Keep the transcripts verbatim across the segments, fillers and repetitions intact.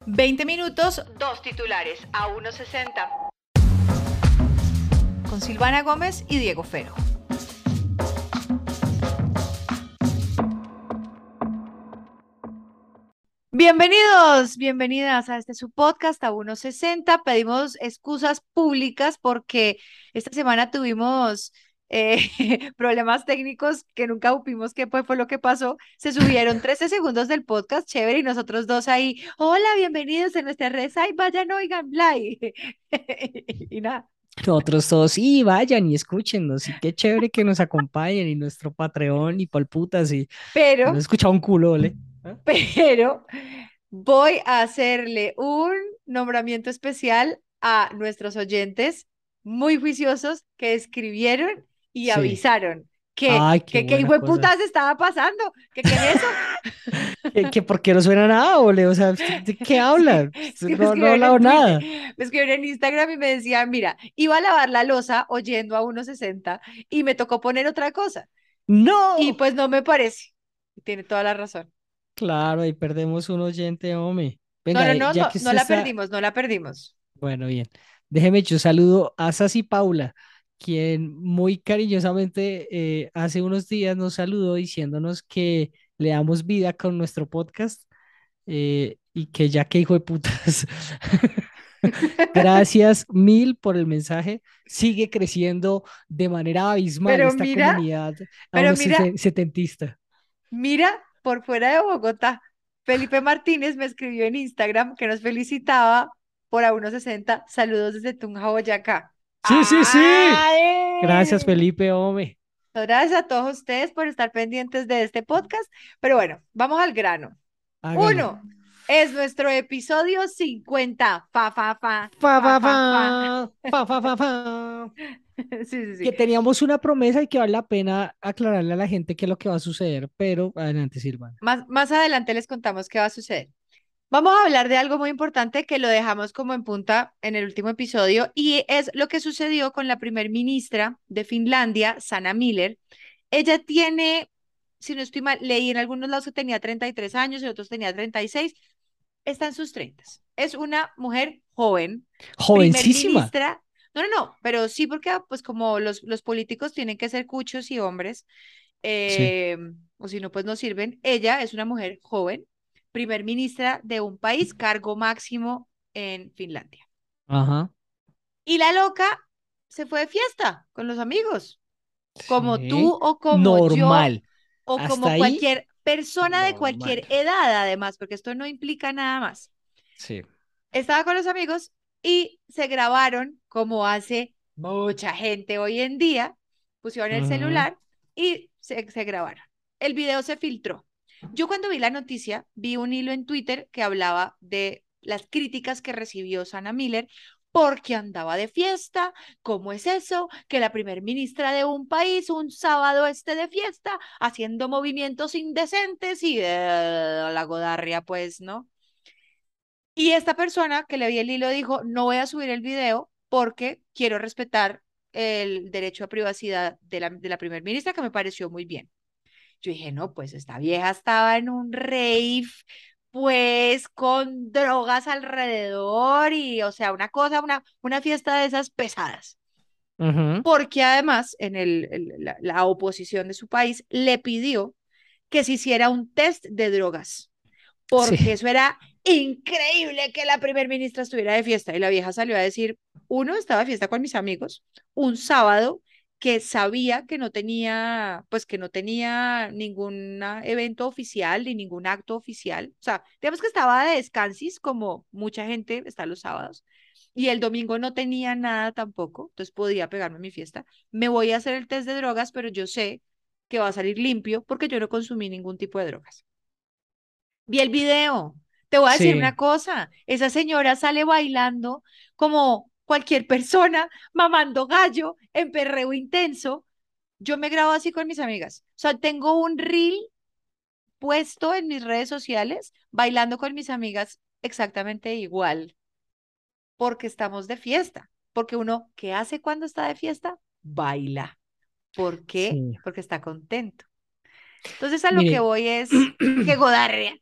veinte minutos, dos titulares a uno sesenta. Con Silvana Gómez y Diego Fero. Bienvenidos, bienvenidas a este su podcast a uno sesenta. Pedimos excusas públicas porque esta semana tuvimos eh, problemas técnicos que nunca supimos qué fue, fue lo que pasó. Se subieron trece segundos del podcast, chévere, y nosotros dos ahí, hola, bienvenidos en nuestras redes, ay, vayan, oigan, like. Y nada. Nosotros todos, sí, vayan y escúchenos, y qué chévere que nos acompañen, y nuestro Patreon, y palputas, y no he Pero, escuchado un culo, ¿vale? ¿Ah? pero voy a hacerle un nombramiento especial a nuestros oyentes muy juiciosos que escribieron y Sí. avisaron que, Ay, qué que, que hijo buena de cosa. putas estaba pasando, que qué es eso. ¿Que, que por qué no suena nada, ole? O sea, ¿usted ¿de qué Sí, habla? es Usted que me no, no ha escribieron en hablado Twitter, nada. me escribieron en Instagram y me decían, mira, iba a lavar la loza oyendo a uno sesenta y me tocó poner otra cosa. Y ¡No! pues no me parece. Tiene toda la razón. Claro, ahí perdemos un oyente, hombre. No, Venga, no, eh, no, ya no, que no usted la está, perdimos, no la perdimos. bueno, bien. Déjeme, yo saludo a Sasi Paula, quien muy cariñosamente eh, hace unos días nos saludó diciéndonos que le damos vida con nuestro podcast eh, y que ya que hijo de putas. Gracias mil por el mensaje. Sigue creciendo de manera abismal Pero esta mira, comunidad a pero unos mira, sesen- setentista. mira, por fuera de Bogotá, Felipe Martínez me escribió en Instagram que nos felicitaba por a uno sesenta. Saludos desde Tunja, Boyacá. Sí, sí, sí. Gracias, ¡Ay! Felipe, hombre. Gracias a todos ustedes por estar pendientes de este podcast. Pero bueno, vamos al grano. Hágale. Uno, es nuestro episodio cincuenta. Fa, fa, fa, Fa, fa, fa, fa, fa, fa. fa, fa, fa, fa. Sí, sí, sí. Que teníamos una promesa y que vale la pena aclararle a la gente qué es lo que va a suceder, pero adelante, Silvana. Más, más adelante les contamos qué va a suceder. Vamos a hablar de algo muy importante que lo dejamos como en punta en el último episodio y es lo que sucedió con la primer ministra de Finlandia, Sanna Miller. Ella tiene, si no estoy mal, leí en algunos lados que tenía treinta y tres años, en otros tenía treinta y seis, está en sus treinta. Es una mujer joven, primer Jovencísima. ministra. No, no, no, pero sí porque pues como los, los políticos tienen que ser cuchos y hombres, Sí. eh, o si no, pues no sirven. Ella es una mujer joven, primer ministra de un país, cargo máximo en Finlandia. Ajá. Y la loca se fue de fiesta con los amigos, como tú Sí. o como yo Normal. o Hasta como ahí, cualquier persona de normal. cualquier edad, además, porque esto no implica nada más. Sí. Estaba con los amigos y se grabaron como hace mucha gente hoy en día, pusieron el Ujú. celular y se, se grabaron. El video se filtró. Yo cuando vi la noticia, vi un hilo en Twitter que hablaba de las críticas que recibió Sana Miller porque andaba de fiesta. ¿Cómo es eso? Que la primer ministra de un país un sábado esté de fiesta haciendo movimientos indecentes y eh, la godarria, pues, ¿no? Y esta persona que le vi el hilo dijo, no voy a subir el video porque quiero respetar el derecho a privacidad de la, de la primer ministra, que me pareció muy bien. Yo dije, no, pues esta vieja estaba en un rave, pues con drogas alrededor y, o sea, una cosa, una, una fiesta de esas pesadas. Ujú. Porque además, en el, el- la, la oposición de su país le pidió que se hiciera un test de drogas Sí. porque eso era increíble que la primer ministra estuviera de fiesta y la vieja salió a decir, uno, estaba de fiesta con mis amigos, un sábado que sabía que no tenía, pues que no tenía ningún evento oficial ni ningún acto oficial, o sea, digamos que estaba de descansis como mucha gente está los sábados. Y el domingo no tenía nada tampoco, entonces podía pegarme a mi fiesta. Me voy a hacer el test de drogas, pero yo sé que va a salir limpio porque yo no consumí ningún tipo de drogas. Vi el video. Te voy a decir Sí. una cosa, esa señora sale bailando como cualquier persona, mamando gallo, en perreo intenso. Yo me grabo así con mis amigas. O sea, tengo un reel puesto en mis redes sociales bailando con mis amigas exactamente igual, porque estamos de fiesta. Porque uno, ¿qué hace cuando está de fiesta? Baila. ¿Por qué? Sí. Porque está contento. Entonces a lo que Mire, voy es que godarrea.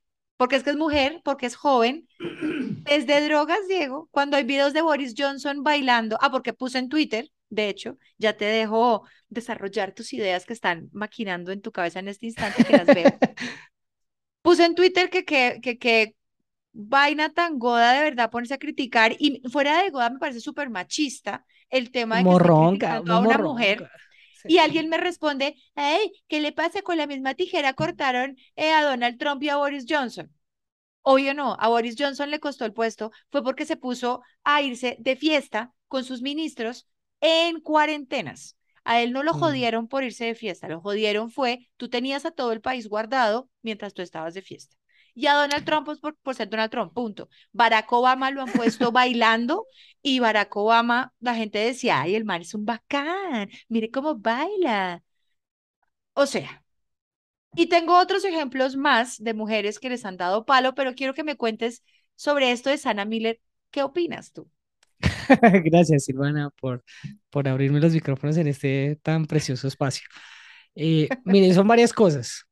porque es que es mujer, porque es joven. Desde drogas, Diego, cuando hay videos de Boris Johnson bailando, ah, porque puse en Twitter, de hecho, ya te dejo desarrollar tus ideas que están maquinando en tu cabeza en este instante que las veo. Puse en Twitter que que, que, que vaina tan goda de verdad ponerse a criticar y fuera de goda me parece súper machista el tema de que estén Morronga, criticando muy a una mujer morronga. y Sí. alguien me responde, hey, ¿qué le pasa? Con la misma tijera cortaron eh, a Donald Trump y a Boris Johnson. Obvio no, a Boris Johnson le costó el puesto, fue porque se puso a irse de fiesta con sus ministros en cuarentenas. A él no lo Mm. jodieron por irse de fiesta, lo jodieron fue, tú tenías a todo el país guardado mientras tú estabas de fiesta. Y a Donald Trump pues, por, por ser Donald Trump, punto. Barack Obama lo han puesto bailando y Barack Obama, la gente decía, ay, el man es un bacán, mire cómo baila. O sea, y tengo otros ejemplos más de mujeres que les han dado palo, pero quiero que me cuentes sobre esto de Sana Miller. ¿Qué opinas tú? Gracias, Silvana, por, por abrirme los micrófonos en este tan precioso espacio. Eh, mire, son varias cosas.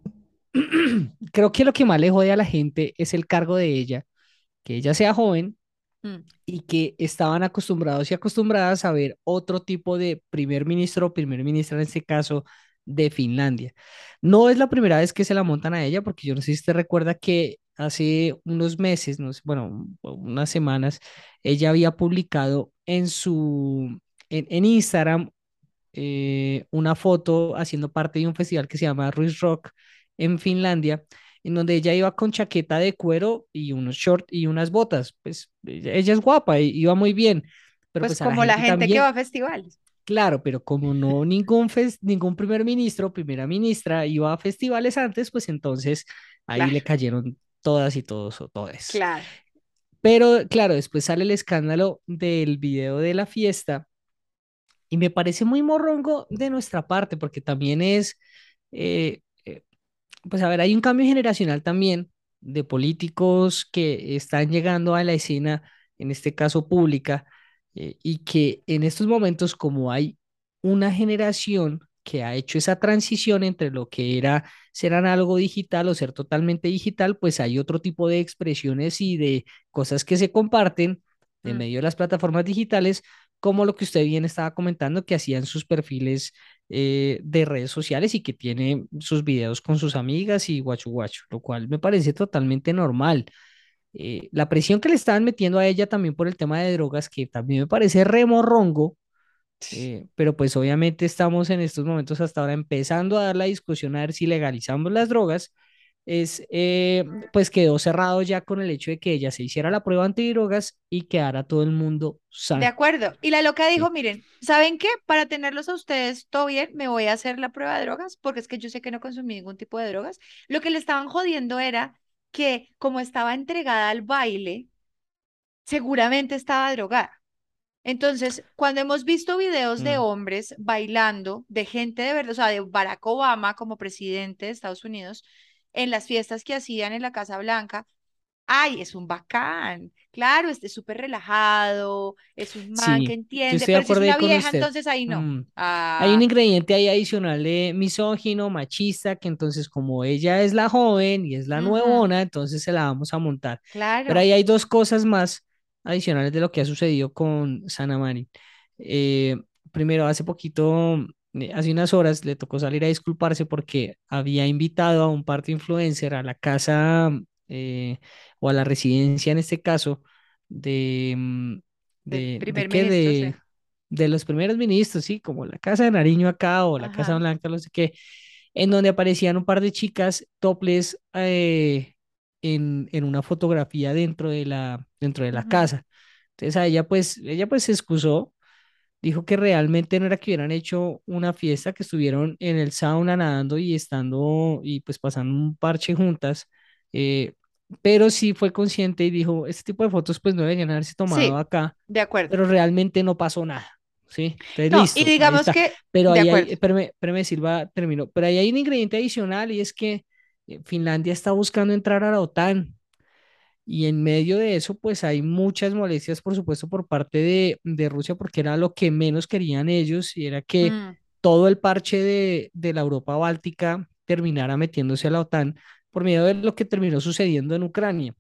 Creo que lo que más le jode a la gente es el cargo de ella, que ella sea joven Mm, y que estaban acostumbrados y acostumbradas a ver otro tipo de primer ministro o primer ministra, en este caso, de Finlandia. No es la primera vez que se la montan a ella, porque yo no sé si usted recuerda que hace unos meses, no sé, bueno, un- unas semanas, ella había publicado en su, en, en Instagram eh, una foto haciendo parte de un festival que se llama Ruiz Rock en Finlandia, en donde ella iba con chaqueta de cuero y unos shorts y unas botas. Pues ella, ella es guapa y iba muy bien, pero pues pues a la como la gente gente que va también, a festivales. claro, pero como no ningún, fes- ningún primer ministro, primera ministra iba a festivales antes, pues entonces ahí le Claro, cayeron todas y todos o todes. claro. Pero claro, después sale el escándalo del video de la fiesta y me parece muy morrongo de nuestra parte, porque también es, eh, eh, pues a ver, hay un cambio generacional también de políticos que están llegando a la escena, en este caso pública, eh, y que en estos momentos, como hay una generación que ha hecho esa transición entre lo que era ser análogo digital o ser totalmente digital, pues hay otro tipo de expresiones y de cosas que se comparten en Mm, medio de las plataformas digitales, como lo que usted bien estaba comentando, que hacían sus perfiles eh, de redes sociales y que tiene sus videos con sus amigas y guachu guachu, lo cual me parece totalmente normal. Eh, la presión que le estaban metiendo a ella también por el tema de drogas, que también me parece remorrongo, eh, pero pues obviamente estamos en estos momentos hasta ahora empezando a dar la discusión a ver si legalizamos las drogas, es, eh, pues quedó cerrado ya con el hecho de que ella se hiciera la prueba antidrogas y quedara todo el mundo de sano. acuerdo. Y la loca dijo, Sí. miren, ¿saben qué? Para tenerlos a ustedes todo bien, me voy a hacer la prueba de drogas, porque es que yo sé que no consumí ningún tipo de drogas. Lo que le estaban jodiendo era que como estaba entregada al baile, seguramente estaba drogada. Entonces, cuando hemos visto videos de Mm. hombres bailando, de gente de verdad, o sea, de Barack Obama como presidente de Estados Unidos, en las fiestas que hacían en la Casa Blanca, ay, es un bacán. Claro, este es súper relajado, es un man que Sí, yo entiende, estoy de pero si es acuerdo ahí una con vieja, usted. entonces ahí no. Mm. Hay un Ah, ingrediente ahí adicional de misógino, machista, que entonces como ella es la joven y es la ujú, nuevona, entonces se la vamos a montar. Pero claro. ahí hay dos cosas más adicionales de lo que ha sucedido con Sana Marin. Eh, Primero, hace poquito, eh, hace unas horas, le tocó salir a disculparse porque había invitado a un par de influencer a la casa eh, o a la residencia en este caso de, mm, Del de, ¿de primer qué? ministro, sí. De, de los primeros ministros, sí, como la Casa de Nariño acá o la Casa Ajá. Blanca, no sé qué, en donde aparecían un par de chicas topless eh, en, en una fotografía dentro de la, dentro de la Ujú. casa. Entonces a ella pues, ella pues se excusó, dijo que realmente no era que hubieran hecho una fiesta, que estuvieron en el sauna nadando y estando y pues pasando un parche juntas, eh, pero sí fue consciente y dijo, este tipo de fotos pues no deberían haberse tomado Sí, acá, de acuerdo. pero realmente no pasó nada, ¿sí? Entonces No, y listo, ahí digamos está. que, Pero de ahí hay, acuerdo. espérame, espérame, Silva, terminó, pero ahí hay un ingrediente adicional y es que eh, Finlandia está buscando entrar a la OTAN. Y en medio de eso, pues hay muchas molestias, por supuesto, por parte de, de Rusia, porque era lo que menos querían ellos, y era que Mm, todo el parche de, de la Europa Báltica terminara metiéndose a la OTAN, por medio de lo que terminó sucediendo en Ucrania.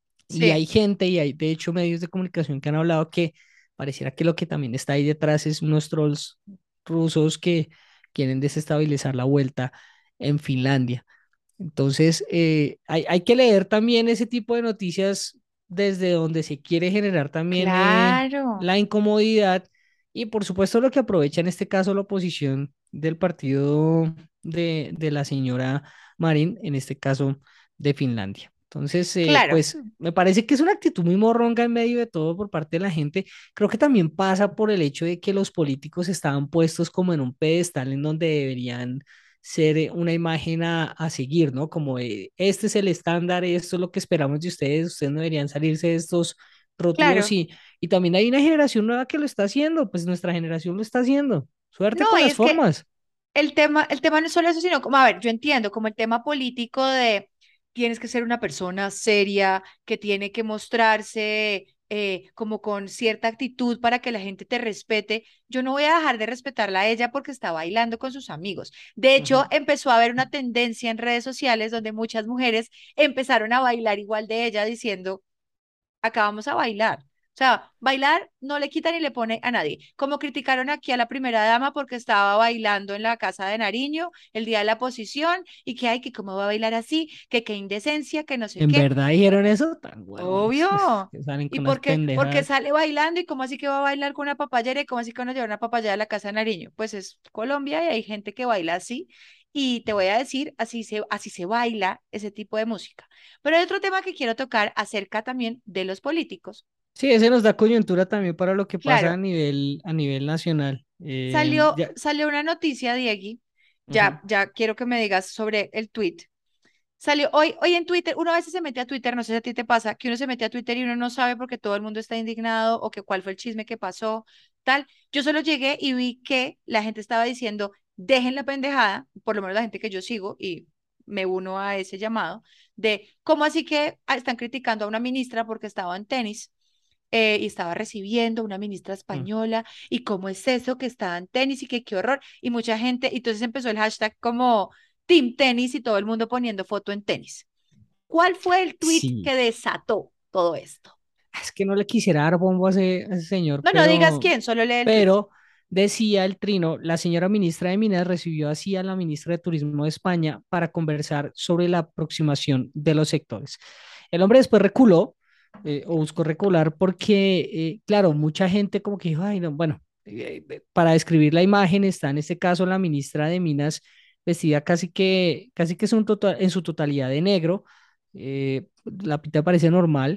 Y hay Sí, gente, y hay de hecho medios de comunicación que han hablado que pareciera que lo que también está ahí detrás es unos trolls rusos que quieren desestabilizar la vuelta en Finlandia. Entonces, eh, hay, hay que leer también ese tipo de noticias desde donde se quiere generar también eh, claro, la incomodidad y por supuesto lo que aprovecha en este caso la oposición del partido de, de la señora Marin, en este caso de Finlandia. Entonces, eh, claro, pues me parece que es una actitud muy morronga en medio de todo por parte de la gente. Creo que también pasa por el hecho de que los políticos estaban puestos como en un pedestal en donde deberían ser eh, una imagen a, a seguir, ¿no? Como de, este es el estándar, esto es lo que esperamos de ustedes, ustedes no deberían salirse de estos rótulos claro. y, y también hay una generación nueva que lo está haciendo, pues nuestra generación lo está haciendo. Suerte No, con y las es que formas. el tema, el tema no es solo eso, sino como, a ver, yo entiendo, como el tema político de tienes que ser una persona seria, que tiene que mostrarse eh, como con cierta actitud para que la gente te respete. Yo no voy a dejar de respetarla a ella porque está bailando con sus amigos. De hecho, Ujú. empezó a haber una tendencia en redes sociales donde muchas mujeres empezaron a bailar igual de ella diciendo acá vamos a bailar. O sea, bailar no le quita ni le pone a nadie. Como criticaron aquí a la primera dama porque estaba bailando en la casa de Nariño el día de la posición y que hay que cómo va a bailar así, que qué indecencia, que no sé ¿En qué. verdad dijeron eso? Tan huevones, Obvio. que salen ¿Y con las por qué? Porque pendejadas. sale bailando y cómo así que va a bailar con una papayera y cómo así que uno lleva una papayera a la casa de Nariño. Pues es Colombia y hay gente que baila así. Y te voy a decir, así se, así se baila ese tipo de música. Pero hay otro tema que quiero tocar acerca también de los políticos. Sí, ese nos da coyuntura también para lo que pasa a Claro, nivel, a nivel nacional. Eh, salió, ya, salió una noticia, Diegui. ujú. Ya, ya quiero que me digas sobre el tweet. Salió hoy, hoy en Twitter, uno a veces se mete a Twitter, no sé si a ti te pasa, que uno se mete a Twitter y uno no sabe porque todo el mundo está indignado o que cuál fue el chisme que pasó, tal. Yo solo llegué y vi que la gente estaba diciendo, dejen la pendejada, por lo menos la gente que yo sigo y me uno a ese llamado, de cómo así que ah, están criticando a una ministra porque estaba en tenis eh, y estaba recibiendo una ministra Mm. española y cómo es eso que estaba en tenis y que qué horror. Y mucha gente, y entonces empezó el hashtag como Team Tenis y todo el mundo poniendo foto en tenis. ¿Cuál fue el tweet Sí, que desató todo esto? es que no le quisiera dar bombo a ese, a ese señor, No, no digas pero, quién, solo lee el tweet. pero decía el Trino, la señora ministra de Minas recibió así a la ministra de Turismo de España para conversar sobre la aproximación de los sectores. El hombre después reculó eh, o buscó recular porque, eh, claro, mucha gente como que dijo, ay, no, bueno, eh, eh, para describir la imagen está en este caso la ministra de Minas vestida casi que, casi que es un total, en su totalidad de negro, eh, la pita parece normal,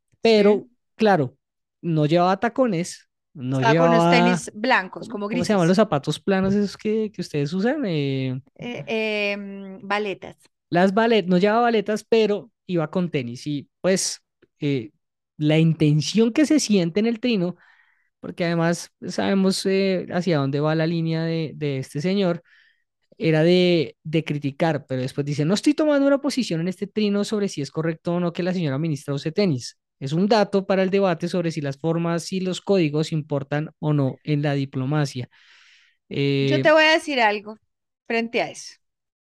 Sí. pero claro, no llevaba tacones, no Estaba con unos llevaba, tenis blancos, ¿cómo, como cómo se llaman los grises. zapatos planos esos que, que ustedes usan? Eh, Eh, em, baletas. las balet, no llevaba baletas, pero iba con tenis y pues eh, la intención que se siente en el trino, porque además sabemos eh, hacia dónde va la línea de, de este señor, era de, de criticar, pero después dice, no estoy tomando una posición en este trino sobre si es correcto o no que la señora ministra use tenis. Es un dato para el debate sobre si las formas y los códigos importan o no en la diplomacia. Yo Eh, te voy a decir algo frente a eso.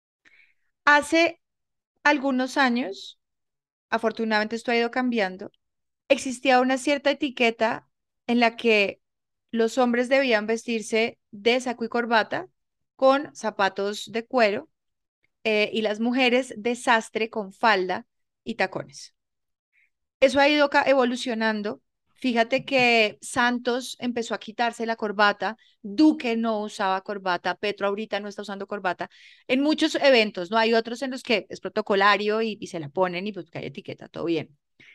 Hace algunos años, afortunadamente esto ha ido cambiando, existía una cierta etiqueta en la que los hombres debían vestirse de saco y corbata con zapatos de cuero eh, y las mujeres de sastre con falda y tacones. Eso ha ido ca- evolucionando. Fíjate que Santos empezó a quitarse la corbata, Duque no usaba corbata, Petro ahorita no está usando corbata. En muchos eventos, ¿no? Hay otros en los que es protocolario y, y se la ponen y pues que hay etiqueta, todo bien.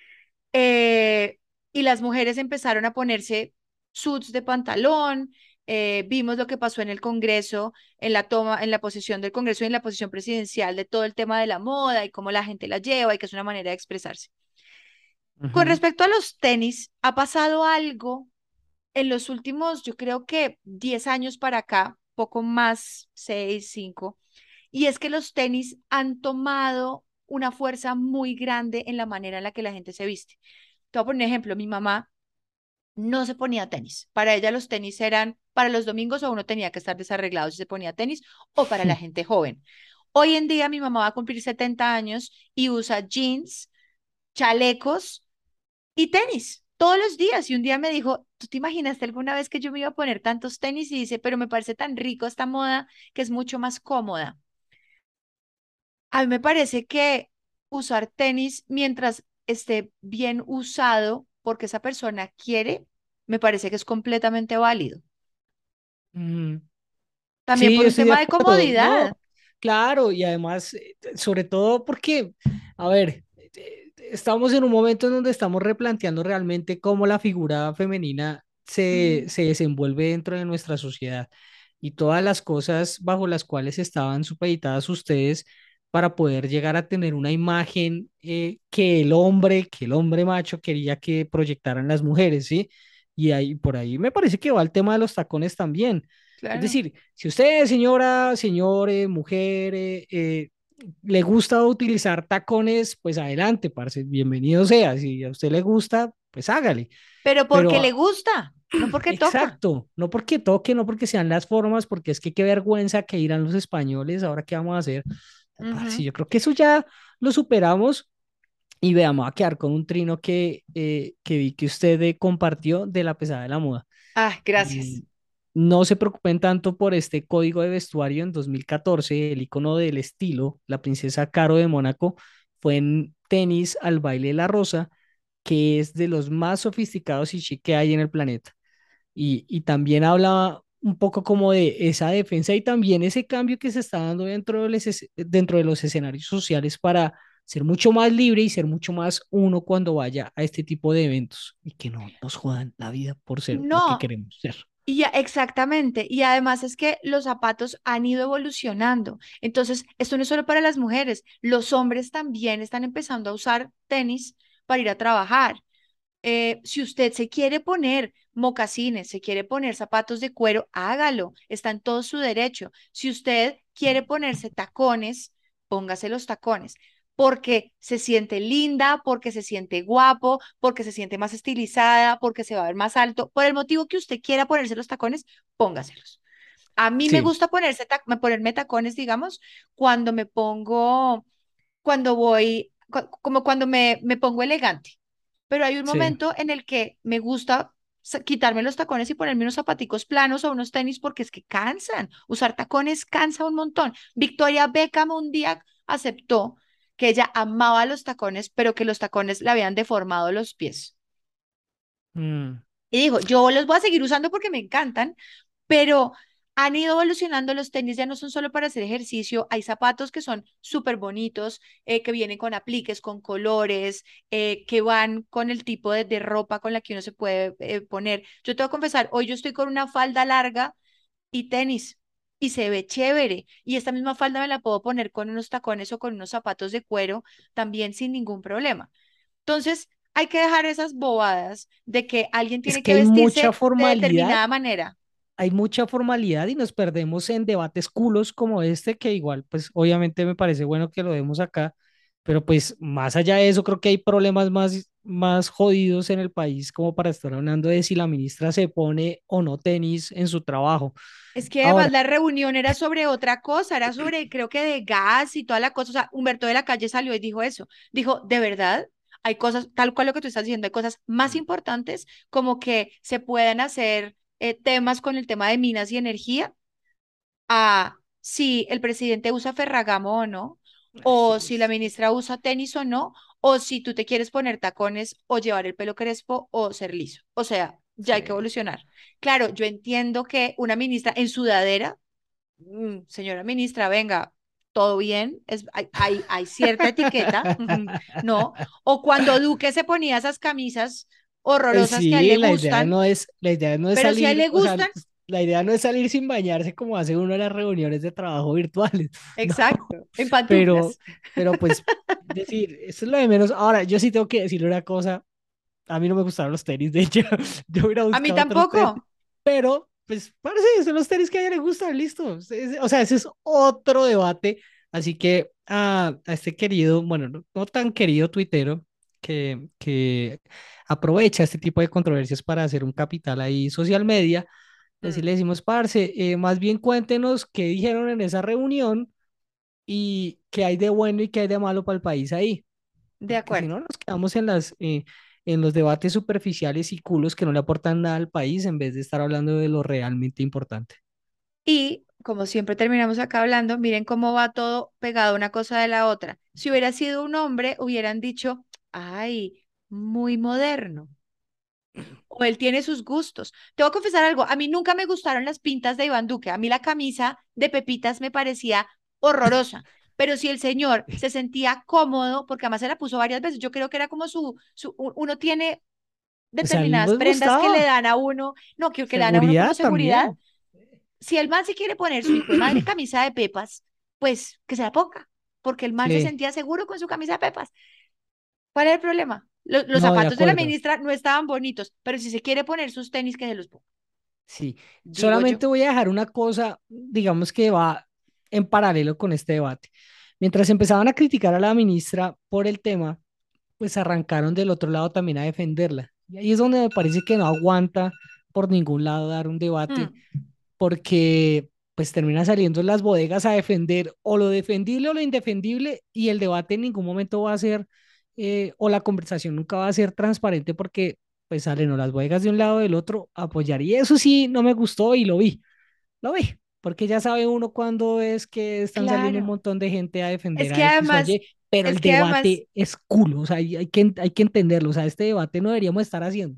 Eh, y las mujeres empezaron a ponerse suits de pantalón. Eh, vimos lo que pasó en el Congreso, en la toma, en la posición del Congreso y en la posición presidencial de todo el tema de la moda y cómo la gente la lleva y que es una manera de expresarse. Con ujú. respecto a los tenis, ha pasado algo en los últimos, yo creo que diez años para acá, poco más, seis cinco y es que los tenis han tomado una fuerza muy grande en la manera en la que la gente se viste. Te voy a poner un ejemplo, mi mamá no se ponía tenis. Para ella los tenis eran para los domingos o uno tenía que estar desarreglado si se ponía tenis o para la gente joven. Hoy en día mi mamá va a cumplir setenta años y usa jeans, chalecos y tenis todos los días. Y un día me dijo, ¿tú te imaginaste alguna vez que yo me iba a poner tantos tenis? Y dice, pero me parece tan rico esta moda que es mucho más cómoda. A mí me parece que usar tenis mientras esté bien usado porque esa persona quiere, me parece que es completamente válido. Mm, También sí, por yo un estoy de tema de acuerdo. comodidad. No, claro, y además, eh, sobre todo porque, a ver, eh, estamos en un momento en donde estamos replanteando realmente cómo la figura femenina se, Ujú. se desenvuelve dentro de nuestra sociedad y todas las cosas bajo las cuales estaban supeditadas ustedes para poder llegar a tener una imagen eh, que el hombre, que el hombre macho quería que proyectaran las mujeres, ¿sí? Y ahí, por ahí me parece que va el tema de los tacones también. Es Claro. decir, si usted, señora, señores, mujer, eh, eh, le gusta utilizar tacones, pues adelante, parce, bienvenido sea. Si a usted le gusta, pues hágale. Pero Pero porque le ah, gusta, no porque toca. exacto, no porque toque, no porque sean las formas, porque es que qué vergüenza que irán los españoles, ahora qué vamos a hacer. No, parce, Ujú. yo creo que eso ya lo superamos y veamos a quedar con un trino que, eh, que vi que usted eh, compartió de la pesada de la moda. Ah, gracias. Y no se preocupen tanto por este código de vestuario. En dos mil catorce, el icono del estilo, la princesa Caro de Mónaco, fue en tenis al baile de la rosa, que es de los más sofisticados y chic que hay en el planeta. Y, y también hablaba un poco como de esa defensa y también ese cambio que se está dando dentro de los, es- dentro de los escenarios sociales para ser mucho más libre y ser mucho más uno cuando vaya a este tipo de eventos y que no nos jodan la vida por ser lo que No, queremos ser. y ya, exactamente. Y además es que los zapatos han ido evolucionando. Entonces, esto no es solo para las mujeres, los hombres también están empezando a usar tenis para ir a trabajar. Eh, si usted se quiere poner mocasines, se quiere poner zapatos de cuero, hágalo, está en todo su derecho. Si usted quiere ponerse tacones, póngase los tacones, porque se siente linda, porque se siente guapo, porque se siente más estilizada, porque se va a ver más alto. Por el motivo que usted quiera ponerse los tacones, póngaselos. A mí me Sí, gusta ponerse ta- ponerme tacones, digamos, cuando me pongo, cuando voy, cu- como cuando me, me pongo elegante, pero hay un sí. momento en el que me gusta sa- quitarme los tacones y ponerme unos zapaticos planos o unos tenis porque es que cansan. Usar tacones cansa un montón. Victoria Beckham un día aceptó que ella amaba los tacones, pero que los tacones le habían deformado los pies. Mm, Y dijo, yo los voy a seguir usando porque me encantan, pero han ido evolucionando los tenis, ya no son solo para hacer ejercicio, hay zapatos que son súper bonitos, eh, que vienen con apliques, con colores, eh, que van con el tipo de, de ropa con la que uno se puede eh, poner. Yo te voy a confesar, hoy yo estoy con una falda larga y tenis. Y se ve chévere. Y esta misma falda me la puedo poner con unos tacones o con unos zapatos de cuero también sin ningún problema. Entonces, hay que dejar esas bobadas de que alguien Es tiene que que hay mucha vestirse de formalidad, determinada manera. hay mucha formalidad y nos perdemos en debates culos como este, que igual, pues obviamente me parece bueno que lo demos acá, pero pues más allá de eso, creo que hay problemas más, más jodidos en el país como para estar hablando de si la ministra se pone o no tenis en su trabajo. Es que además Ahora, la reunión era sobre otra cosa, era sobre, creo que de gas y toda la cosa. O sea, Humberto de la Calle salió y dijo eso. Dijo, de verdad, hay cosas, tal cual lo que tú estás diciendo, hay cosas más importantes como que se pueden hacer eh, temas con el tema de minas y energía a si el presidente usa Ferragamo o no, o sí, si la ministra usa tenis o no, o si tú te quieres poner tacones o llevar el pelo crespo o ser liso. O sea, ya sí, hay que evolucionar. Claro, yo entiendo que una ministra en sudadera, mm, señora ministra, venga, todo bien, es, hay, hay, hay cierta etiqueta, ¿no? O cuando Duque se ponía esas camisas eh, horrorosas que a él sí, le la idea gustan, no es, la idea no es pero si a él salir, le o sea, gustan, la idea no es salir sin bañarse como hace uno en las reuniones de trabajo virtuales, no, exacto, en pero, pantuflas. pero pues, decir, eso es lo de menos. Ahora, yo sí tengo que decirle una cosa, a mí no me gustaron los tenis, de hecho, yo hubiera A mí buscado otros tenis, tampoco. pero, pues, parece que son los tenis que a ella le gustan, listo. Es- es- O sea, ese es otro debate, así que a, a este querido, bueno, no, no tan querido tuitero, que, que aprovecha este tipo de controversias para hacer un capital ahí social media, pues sí Mm. le decimos, parce, eh, más bien cuéntenos qué dijeron en esa reunión y qué hay de bueno y qué hay de malo para el país ahí, De porque si acuerdo. no nos quedamos en las, eh, en los debates superficiales y culos que no le aportan nada al país en vez de estar hablando de lo realmente importante. Y como siempre terminamos acá hablando, miren cómo va todo pegado una cosa de la otra. Si hubiera sido un hombre, hubieran dicho, ay, muy moderno. O él tiene sus gustos. Te voy a confesar algo, a mí nunca me gustaron las pintas de Iván Duque. A mí la camisa de Pepitas me parecía horrorosa. Pero si el señor se sentía cómodo, porque además se la puso varias veces, yo creo que era como su, su u- uno tiene O sea, a él determinadas les prendas que le gustaba. dan a uno, no, que, que le dan a uno como Seguridad seguridad. también. Si el man se quiere poner su hijo de madre camisa de Pepas, pues que se la ponga, porque el man se Sí, sentía seguro con su camisa de Pepas. ¿Cuál es el problema? Lo- los no, de zapatos de la acuerdo. ministra no estaban bonitos, pero si se quiere poner sus tenis, que se los ponga, Sí, digo yo. solamente voy a dejar una cosa, digamos que va en paralelo con este debate. Mientras empezaban a criticar a la ministra por el tema, pues arrancaron del otro lado también a defenderla. Y ahí es donde me parece que no aguanta por ningún lado dar un debate, Mm, porque pues termina saliendo en las bodegas a defender o lo defendible o lo indefendible y el debate en ningún momento va a ser, eh, o la conversación nunca va a ser transparente porque pues salen o las bodegas de un lado o del otro a apoyar. Y eso sí, no me gustó y lo vi, lo vi, porque ya sabe uno cuándo es que están saliendo un claro. montón de gente a defender Es a que X o a además, Y, pero es el que además, debate es culo, o sea, hay, hay que, hay que entenderlo, o sea, este debate no deberíamos estar haciendo.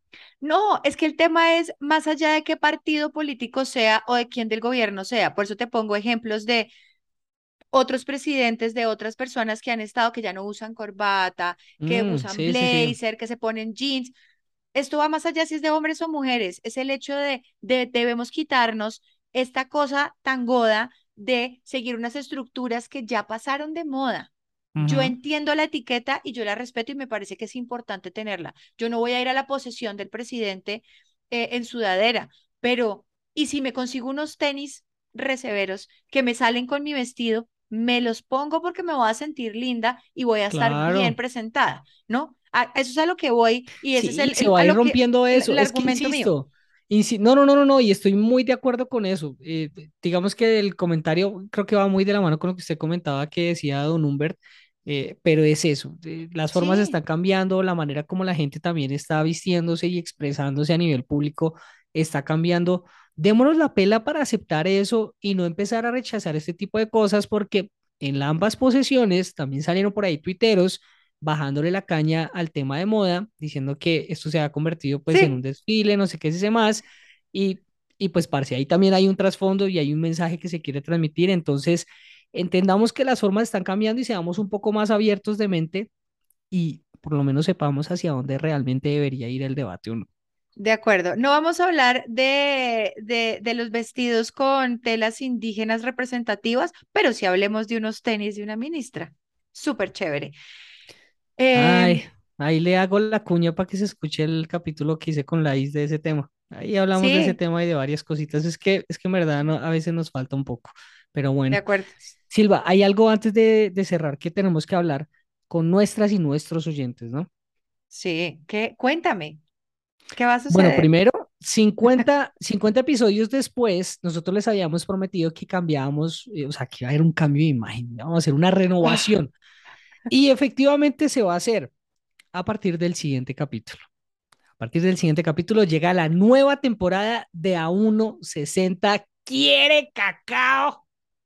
no, es que el tema es más allá de qué partido político sea o de quién del gobierno sea. Por eso te pongo ejemplos de otros presidentes de otras personas que han estado, que ya no usan corbata, que Mm, usan sí, sí, sí. blazer, que se ponen jeans. Esto va más allá si es de hombres o mujeres. Es el hecho de, de debemos quitarnos esta cosa tan goda de seguir unas estructuras que ya pasaron de moda. Yo Ujú. entiendo la etiqueta y yo la respeto y me parece que es importante tenerla. Yo no voy a ir a la posesión del presidente eh, en sudadera, pero ¿y si me consigo unos tenis reseveros que me salen con mi vestido? Me los pongo porque me voy a sentir linda y voy a estar bien Claro. presentada, ¿no? A, eso es a lo que voy y ese es Sí, el, se el- va a a ir lo que rompiendo el, eso. el Es que argumento mío. insisto, insi- no, no, no, no, no, y estoy muy de acuerdo con eso. Eh, digamos que el comentario creo que va muy de la mano con lo que usted comentaba que decía Don Humbert, eh, pero es eso. Eh, las formas Sí, están cambiando, la manera como la gente también está vistiéndose y expresándose a nivel público está cambiando. Démonos la pela para aceptar eso y no empezar a rechazar este tipo de cosas porque en ambas posesiones también salieron por ahí tuiteros bajándole la caña al tema de moda, diciendo que esto se ha convertido pues en un sí, desfile, no sé qué es más, y, y pues parce, ahí también hay un trasfondo y hay un mensaje que se quiere transmitir, entonces entendamos que las formas están cambiando y seamos un poco más abiertos de mente y por lo menos sepamos hacia dónde realmente debería ir el debate o no. de acuerdo. No vamos a hablar de, de, de los vestidos con telas indígenas representativas, pero sí hablemos de unos tenis de una ministra. Súper chévere. Ay, Em, ahí le hago la cuña para que se escuche el capítulo que hice con la is de ese tema. Ahí hablamos de ese sí, tema y de varias cositas. Es que, es que en verdad no, a veces nos falta un poco. Pero de bueno, acuerdo. Silva, hay algo antes de, de cerrar que tenemos que hablar con nuestras y nuestros oyentes, ¿no? Sí, ¿qué? Cuéntame, ¿qué va a Bueno, suceder? primero, cincuenta cincuenta episodios después, nosotros les habíamos prometido que cambiábamos, eh, o sea, que iba a haber un cambio de imagen, vamos a hacer una Ah, renovación. Y efectivamente se va a hacer a partir del siguiente capítulo. A partir del siguiente capítulo llega la nueva temporada de A uno sesenta. ¿Quiere cacao?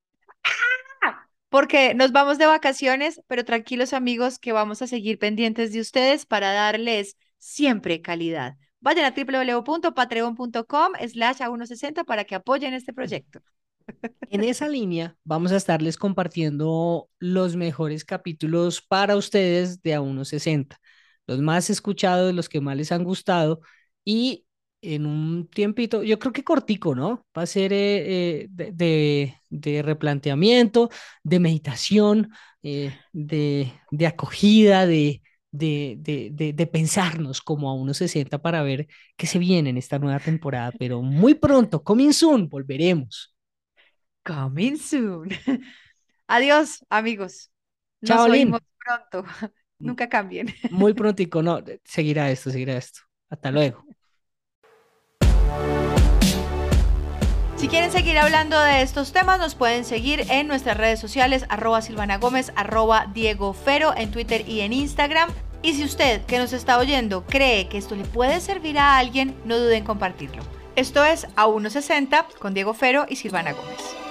porque nos vamos de vacaciones, pero tranquilos amigos que vamos a seguir pendientes de ustedes para darles siempre calidad. Vayan a www.patreon.com slash a uno sesenta para que apoyen este proyecto. En esa línea vamos a estarles compartiendo los mejores capítulos para ustedes de A uno sesenta, los más escuchados, los que más les han gustado y en un tiempito, yo creo que cortico, ¿no? Va a ser eh, eh, de, de- de replanteamiento, de meditación, eh, de, de acogida, de, de, de, de, de pensarnos como a uno sesenta para ver qué se viene en esta nueva temporada, pero muy pronto, coming soon, volveremos. Coming soon. Adiós, amigos. Nos Chao, oímos Lin. pronto. Nunca cambien. Muy prontico, no, seguirá esto, seguirá esto. Hasta luego. Si quieren seguir hablando de estos temas, nos pueden seguir en nuestras redes sociales, arroba Silvana Gómez, arroba Diego Fero, en Twitter y en Instagram. Y si usted que nos está oyendo cree que esto le puede servir a alguien, no duden en compartirlo. Esto es A uno sesenta con Diego Fero y Silvana Gómez.